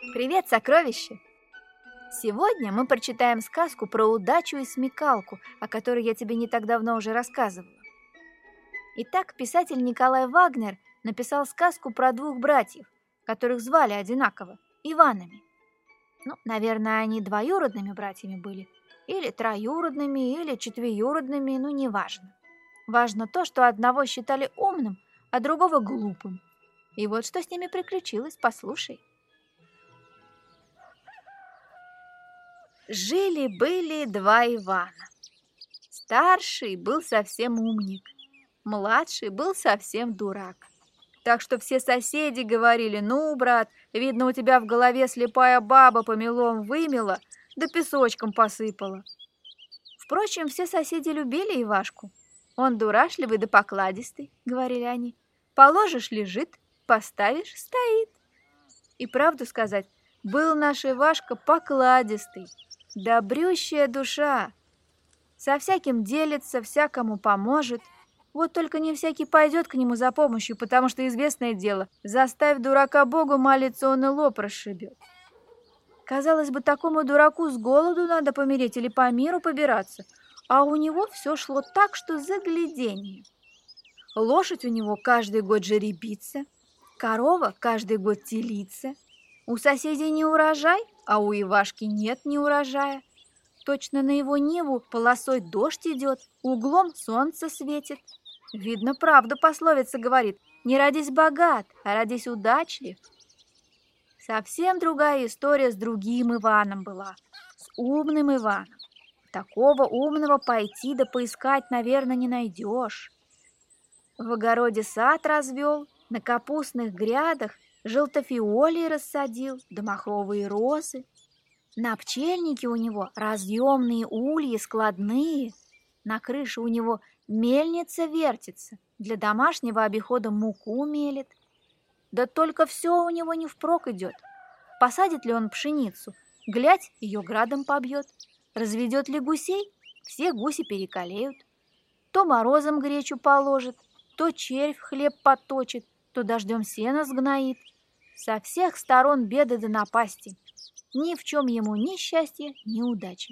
Привет, сокровище! Сегодня мы прочитаем сказку про удачу и смекалку, о которой я тебе не так давно уже рассказывала. Итак, писатель Николай Вагнер написал сказку про двух братьев, которых звали одинаково – Иванами. Наверное, они двоюродными братьями были, или троюродными, или четвеюродными, неважно. Важно то, что одного считали умным, а другого глупым. И вот что с ними приключилось, послушай. Жили-были два Ивана. Старший был совсем умник, младший был совсем дурак. Так что все соседи говорили: «Ну, брат, видно, у тебя в голове слепая баба помелом вымела, да песочком посыпала». Впрочем, все соседи любили Ивашку. Он дурашливый да покладистый, говорили они. Положишь — лежит, поставишь — стоит. И правду сказать, был наш Ивашка покладистый, добрющая душа. Со всяким делится, всякому поможет. Вот только не всякий пойдет к нему за помощью, потому что известное дело, заставь дурака Богу молиться, он и лоб расшибет. Казалось бы, такому дураку с голоду надо помереть или по миру побираться, а у него все шло так, что загляденье. Лошадь у него каждый год жеребится, корова каждый год телится. У соседей не урожай, а у Ивашки нет ни урожая. Точно на его ниву полосой дождь идет, углом солнце светит. Видно, правду пословица говорит: не родись богат, а родись удачлив. Совсем другая история с другим Иваном была, с умным Иваном. Такого умного пойти да поискать, наверное, не найдешь. В огороде сад развел, на капустных грядах желтофиолии рассадил, да махровые розы. На пчельнике у него разъемные ульи складные, на крыше у него мельница вертится, для домашнего обихода муку мелет. Да только все у него не впрок идет. Посадит ли он пшеницу, глядь, ее градом побьет. Разведет ли гусей, все гуси перекалеют. То морозом гречу положит, то червь хлеб поточит, то дождем сено сгноит. Со всех сторон беды да напасти. Ни в чем ему ни счастья, ни удачи.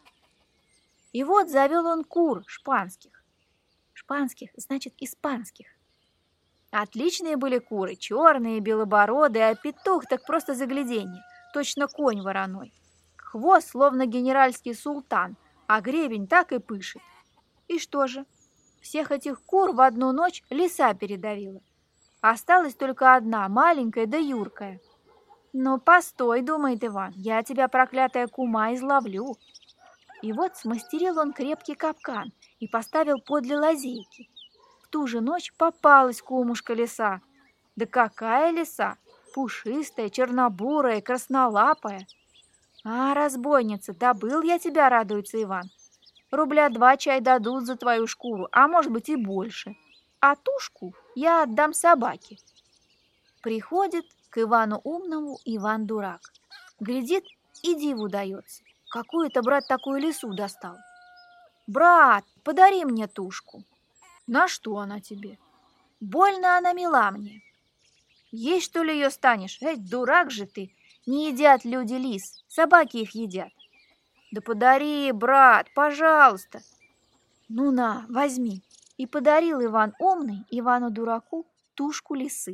И вот завел он кур шпанских. Шпанских, значит, испанских. Отличные были куры, черные, белобородые, а петух так просто загляденье, точно конь вороной. Хвост словно генеральский султан, а гребень так и пышет. И что же? Всех этих кур в одну ночь лиса передавила. Осталась только одна, маленькая да юркая. «Ну, постой, — думает Иван, — я тебя, проклятая кума, изловлю». И вот смастерил он крепкий капкан и поставил подле лазейки. В ту же ночь попалась кумушка лиса. Да какая лиса! Пушистая, чернобурая, краснолапая. «А, разбойница, добыл я тебя, — радуется Иван. Рубля 2 чай дадут за твою шкуру, а может быть и больше. А тушку я отдам собаке». Приходит к Ивану умному Иван дурак. Глядит, и диву дается. Какую это, брат, такую лису достал? «Брат, подари мне тушку». «На что она тебе?» «Больно она мила мне». «Есть, что ли, ее станешь? Дурак же ты! Не едят люди лис, собаки их едят». «Да подари, брат, пожалуйста». «Ну на, возьми». И подарил Иван умный Ивану-дураку тушку лисы.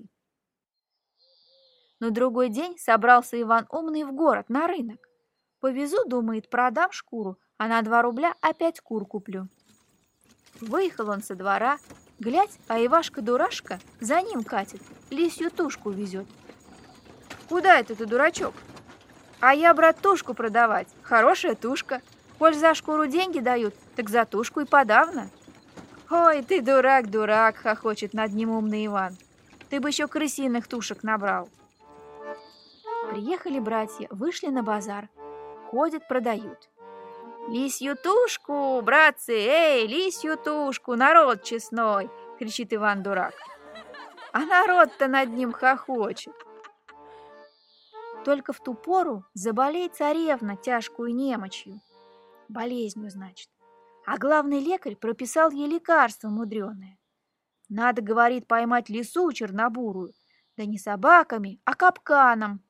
На другой день собрался Иван умный в город, на рынок. Повезу, думает, продам шкуру, а на 2 рубля опять кур куплю. Выехал он со двора, глядь, а Ивашка-дурашка за ним катит, лисью тушку везет. «Куда это ты, дурачок?» «А я, брат, тушку продавать. Хорошая тушка. Коль за шкуру деньги дают, так за тушку и подавно». «Ой, ты дурак, дурак!» — хохочет над ним умный Иван. «Ты бы еще крысиных тушек набрал». Приехали братья, вышли на базар. Ходят, продают. «Лисью тушку, братцы! Эй, лисью тушку, народ честной!» — кричит Иван-дурак. А народ-то над ним хохочет. Только в ту пору заболеет царевна тяжкую немочью. Болезнью, значит. А главный лекарь прописал ей лекарство мудреное. Надо, говорит, поймать лису чернобурую, да не собаками, а капканом.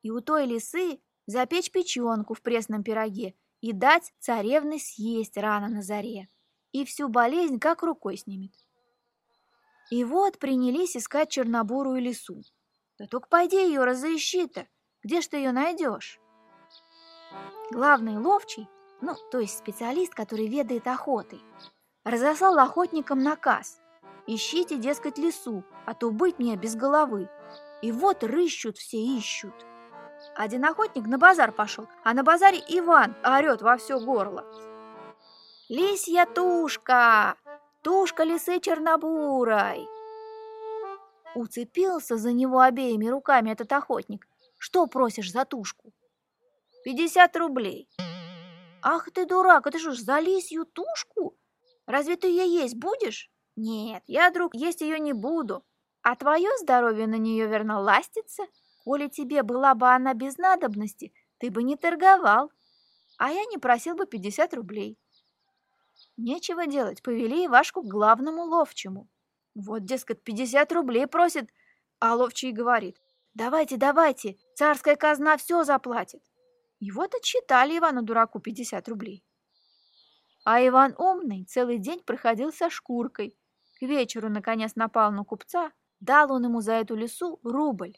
и у той лисы запечь печенку в пресном пироге и дать царевне съесть рано на заре, и всю болезнь как рукой снимет. И вот принялись искать чернобурую лису. Да только пойди ее разыщи-то, где ж ты ее найдешь? Главный ловчий, то есть специалист, который ведает охотой, разослал охотникам наказ: ищите, дескать, лису, а то быть мне без головы. И вот рыщут все, ищут. Один охотник на базар пошел, а на базаре Иван орет во все горло: «Лисья тушка! Тушка лисы чернобурой!» Уцепился за него обеими руками этот охотник. «Что просишь за тушку?» 50 рублей. «Ах ты дурак, это что ж за лисью тушку? Разве ты ее есть будешь?» «Нет, я, друг, есть ее не буду. А твое здоровье на нее, верно, ластится? Коли тебе была бы она без надобности, ты бы не торговал, а я не просил бы 50 рублей». Нечего делать, повели Ивашку к главному ловчему. Вот, дескать, 50 рублей просит, а ловчий говорит: «Давайте, давайте, царская казна все заплатит». И вот отсчитали Ивану-дураку 50 рублей. А Иван умный целый день проходил со шкуркой. К вечеру, наконец, напал на купца, дал он ему за эту лису рубль.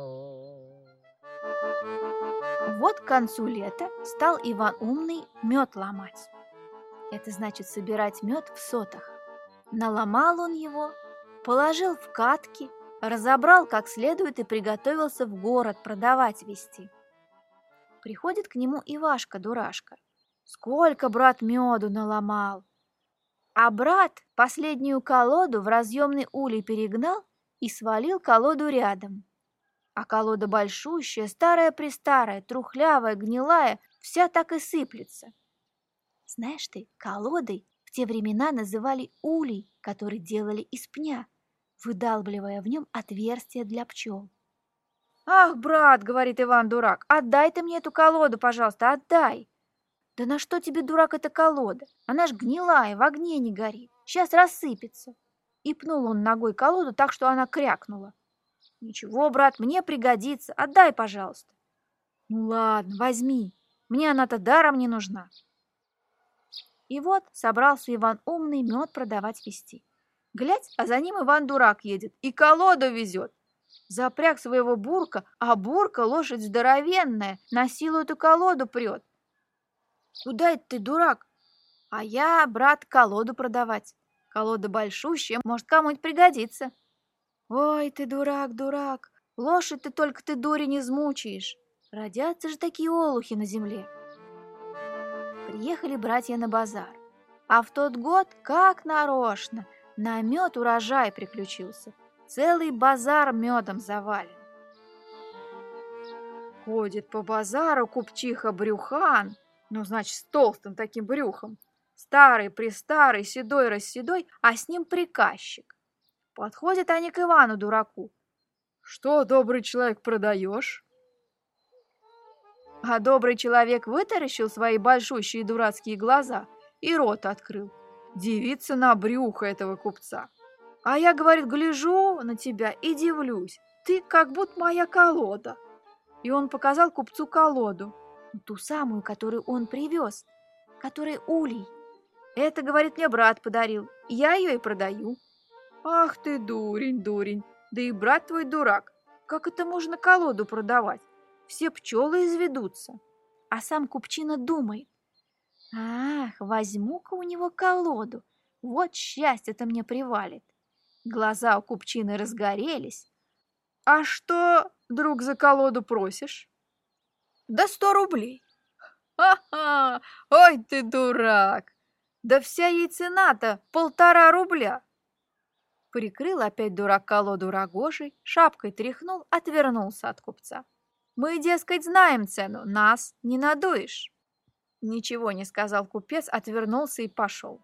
Вот к концу лета стал Иван умный мед ломать. Это значит собирать мед в сотах. Наломал он его, положил в катки, разобрал как следует и приготовился в город продавать везти. Приходит к нему Ивашка-дурашка. Сколько, брат, меду наломал! А брат последнюю колоду в разъемный улей перегнал и свалил колоду рядом. А колода большущая, старая-престарая, трухлявая, гнилая, вся так и сыплется. Знаешь ты, колодой в те времена называли улей, который делали из пня, выдалбливая в нем отверстие для пчел. «Ах, брат, — говорит Иван-дурак, — отдай ты мне эту колоду, пожалуйста, отдай!» «Да на что тебе, дурак, эта колода? Она ж гнилая, в огне не горит, сейчас рассыпется». И пнул он ногой колоду так, что она крякнула. «Ничего, брат, мне пригодится, отдай, пожалуйста». «Ну ладно, возьми, мне она-то даром не нужна». И вот собрался Иван умный мед продавать везти. Глядь, а за ним Иван-дурак едет и колоду везет. Запряг своего бурка, а бурка лошадь здоровенная, на силу эту колоду прет. «Куда это ты, дурак?» «А я, брат, колоду продавать. Колода большущая, может, кому-нибудь пригодится». «Ой ты, дурак, дурак, лошадь ты только ты, дури, не измучаешь. Родятся же такие олухи на земле». Приехали братья на базар, а в тот год, как нарочно, на мед урожай приключился. Целый базар медом завален. Ходит по базару купчиха Брюхан, значит, с толстым таким брюхом, старый-престарый, седой-расседой, а с ним приказчик. Подходят они к Ивану-дураку. «Что, добрый человек, продаешь?» А добрый человек вытаращил свои большущие дурацкие глаза и рот открыл. Дивиться на брюхо этого купца. «А я, — говорит, — гляжу на тебя и дивлюсь. Ты как будто моя колода». И он показал купцу колоду, ту самую, которую он привез, которой улей. «Это, — говорит, — мне брат подарил, я ее и продаю». «Ах ты, дурень, дурень, да и брат твой дурак. Как это можно колоду продавать? Все пчелы изведутся». А сам купчина думает: «Ах, возьму-ка у него колоду, вот счастье-то мне привалит». Глаза у купчины разгорелись. «А что, друг, за колоду просишь?» «Да 100 рублей». «Ха-ха! Ой ты дурак! Да вся ей цена-то 1,5 рубля». Прикрыл опять дурак колоду рогожей, шапкой тряхнул, отвернулся от купца. «Мы, дескать, знаем цену, нас не надуешь». Ничего не сказал купец, отвернулся и пошел.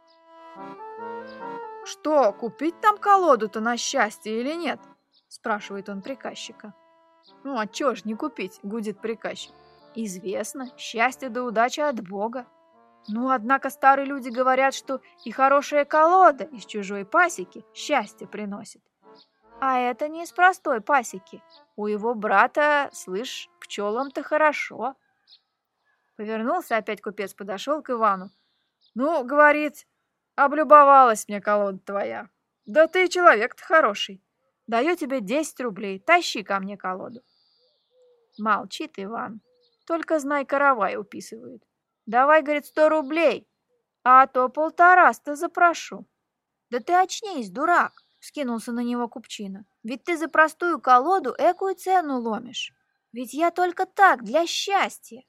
«Что, купить там колоду-то на счастье или нет?» – спрашивает он приказчика. «А чё ж не купить?» – гудит приказчик. «Известно, счастье да удача от Бога. Однако старые люди говорят, что и хорошая колода из чужой пасеки счастье приносит». А это не из простой пасеки. У его брата, слышь, пчелам-то хорошо. Повернулся опять купец, подошел к Ивану. Ну, говорит, облюбовалась мне колода твоя. Да ты человек-то хороший. Даю тебе 10 рублей, тащи ко мне колоду. Молчит Иван, только знай, каравай уписывает. Давай, говорит, 100 рублей, а то 1,5 запрошу. Да ты очнись, дурак, вскинулся на него купчина. Ведь ты за простую колоду экую цену ломишь. Ведь я только так, для счастья.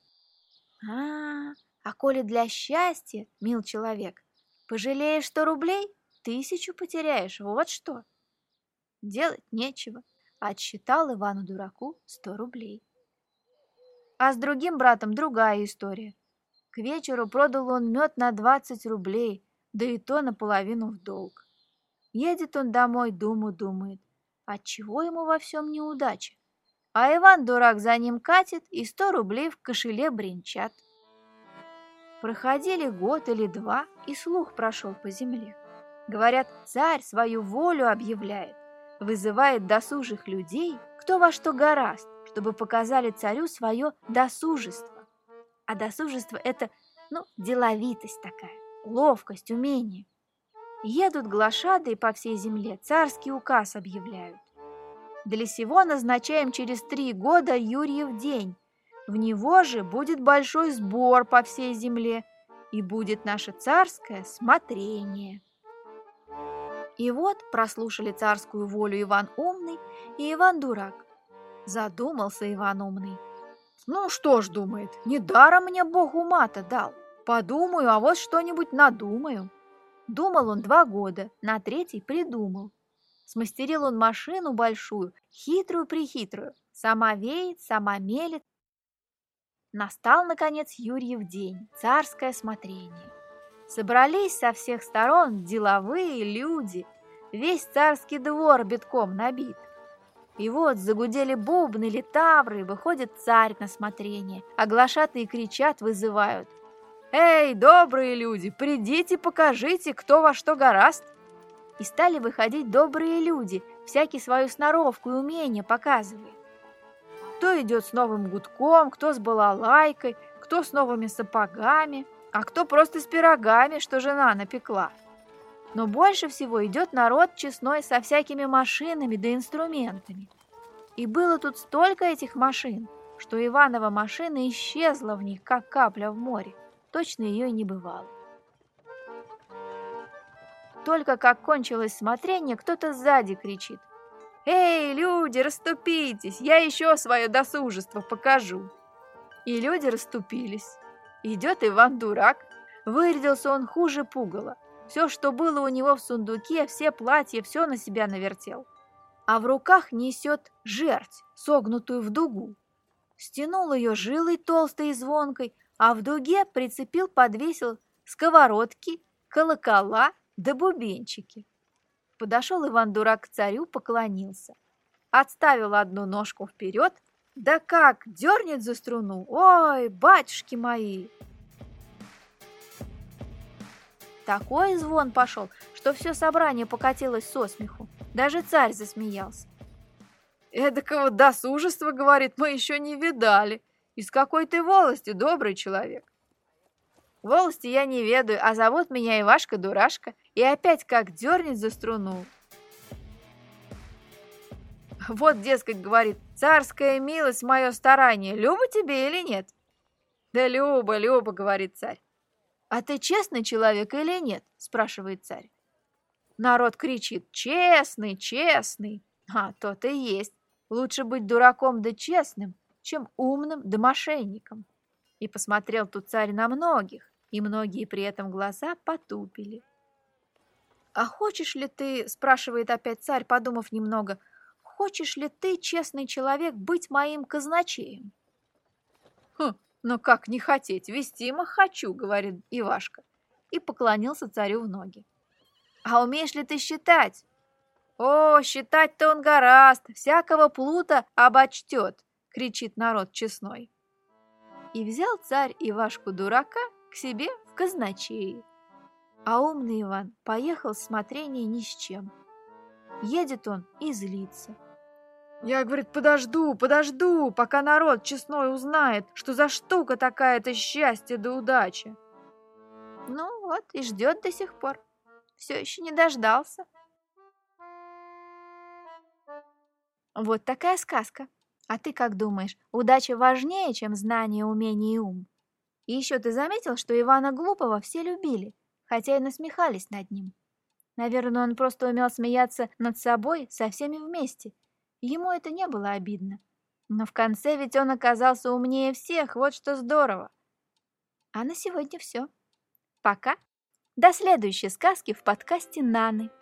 А коли для счастья, мил человек, пожалеешь 100 рублей, 1000 потеряешь, вот что. Делать нечего. Отсчитал Ивану-дураку 100 рублей. А с другим братом другая история. К вечеру продал он мед на 20 рублей, да и то наполовину в долг. Едет он домой, думает, отчего ему во всем неудача. А Иван-дурак за ним катит, и 100 рублей в кошеле бренчат. Проходили год или два, и слух прошел по земле. Говорят, царь свою волю объявляет, вызывает досужих людей, кто во что горазд, чтобы показали царю свое досужество. А досужество – это, деловитость такая, ловкость, умение. Едут глашатые по всей земле, царский указ объявляют. Для сего назначаем через 3 года Юрьев день. В него же будет большой сбор по всей земле, и будет наше царское смотрение. И вот прослушали царскую волю Иван Умный и Иван Дурак. Задумался Иван Умный. Ну что ж, думает, недаром мне Бог ума-то дал. Подумаю, а вот что-нибудь надумаю. Думал он 2 года, на 3-й придумал. Смастерил он машину большую, хитрую-прихитрую, сама веет, сама мелет. Настал, наконец, Юрьев день, царское смотрение. Собрались со всех сторон деловые люди, весь царский двор битком набит. И вот загудели бубны, литавры, выходит царь на смотрение, а глашатые кричат, вызывают. «Эй, добрые люди, придите, покажите, кто во что горазд!» И стали выходить добрые люди, всякий свою сноровку и умение показывает. Кто идет с новым гудком, кто с балалайкой, кто с новыми сапогами, а кто просто с пирогами, что жена напекла. Но больше всего идет народ честной со всякими машинами да инструментами. И было тут столько этих машин, что Иванова машина исчезла в них, как капля в море. Точно ее и не бывало. Только как кончилось смотрение, кто-то сзади кричит. «Эй, люди, расступитесь, я еще свое досужество покажу!» И люди расступились. Идет Иван-дурак. Вырядился он хуже пугала. Все, что было у него в сундуке, все платья, все на себя навертел. А в руках несет жерть, согнутую в дугу. Стянул ее жилой толстой и звонкой, а в дуге прицепил, подвесил сковородки, колокола да бубенчики. Подошел Иван-дурак к царю, поклонился. Отставил одну ножку вперед, да как дернет за струну, ой, батюшки мои! Такой звон пошел, что все собрание покатилось со смеху. Даже царь засмеялся. «Эдакого досужества, — говорит, — мы еще не видали. Из какой ты волости, добрый человек?» «Волости я не ведаю, а зовут меня Ивашка-дурашка, и опять как дернет за струну». Вот, дескать, говорит, царская милость, мое старание, любо тебе или нет? Да любо, любо, говорит царь. А ты честный человек или нет? Спрашивает царь. Народ кричит, честный, честный. А, то-то и есть. Лучше быть дураком да честным, чем умным да мошенником. И посмотрел тут царь на многих, и многие при этом глаза потупили. А хочешь ли ты, спрашивает опять царь, подумав немного, хочешь ли ты, честный человек, быть моим казначеем? Ну как не хотеть, вестимо хочу, говорит Ивашка, и поклонился царю в ноги. А умеешь ли ты считать? О, считать-то он гораст, всякого плута обочтет, кричит народ честной. И взял царь Ивашку-дурака к себе в казначеи. А умный Иван поехал в смотрение ни с чем. Едет он и злится. Я, говорит, подожду, пока народ честной узнает, что за штука такая-то счастье да удача. Ну вот и ждет до сих пор. Все еще не дождался. Вот такая сказка. А ты как думаешь, удача важнее, чем знание, умение и ум? И еще ты заметил, что Ивана Глупого все любили, хотя и насмехались над ним? Наверное, он просто умел смеяться над собой со всеми вместе. Ему это не было обидно. Но в конце ведь он оказался умнее всех, вот что здорово. А на сегодня все. Пока. До следующей сказки в подкасте Наны.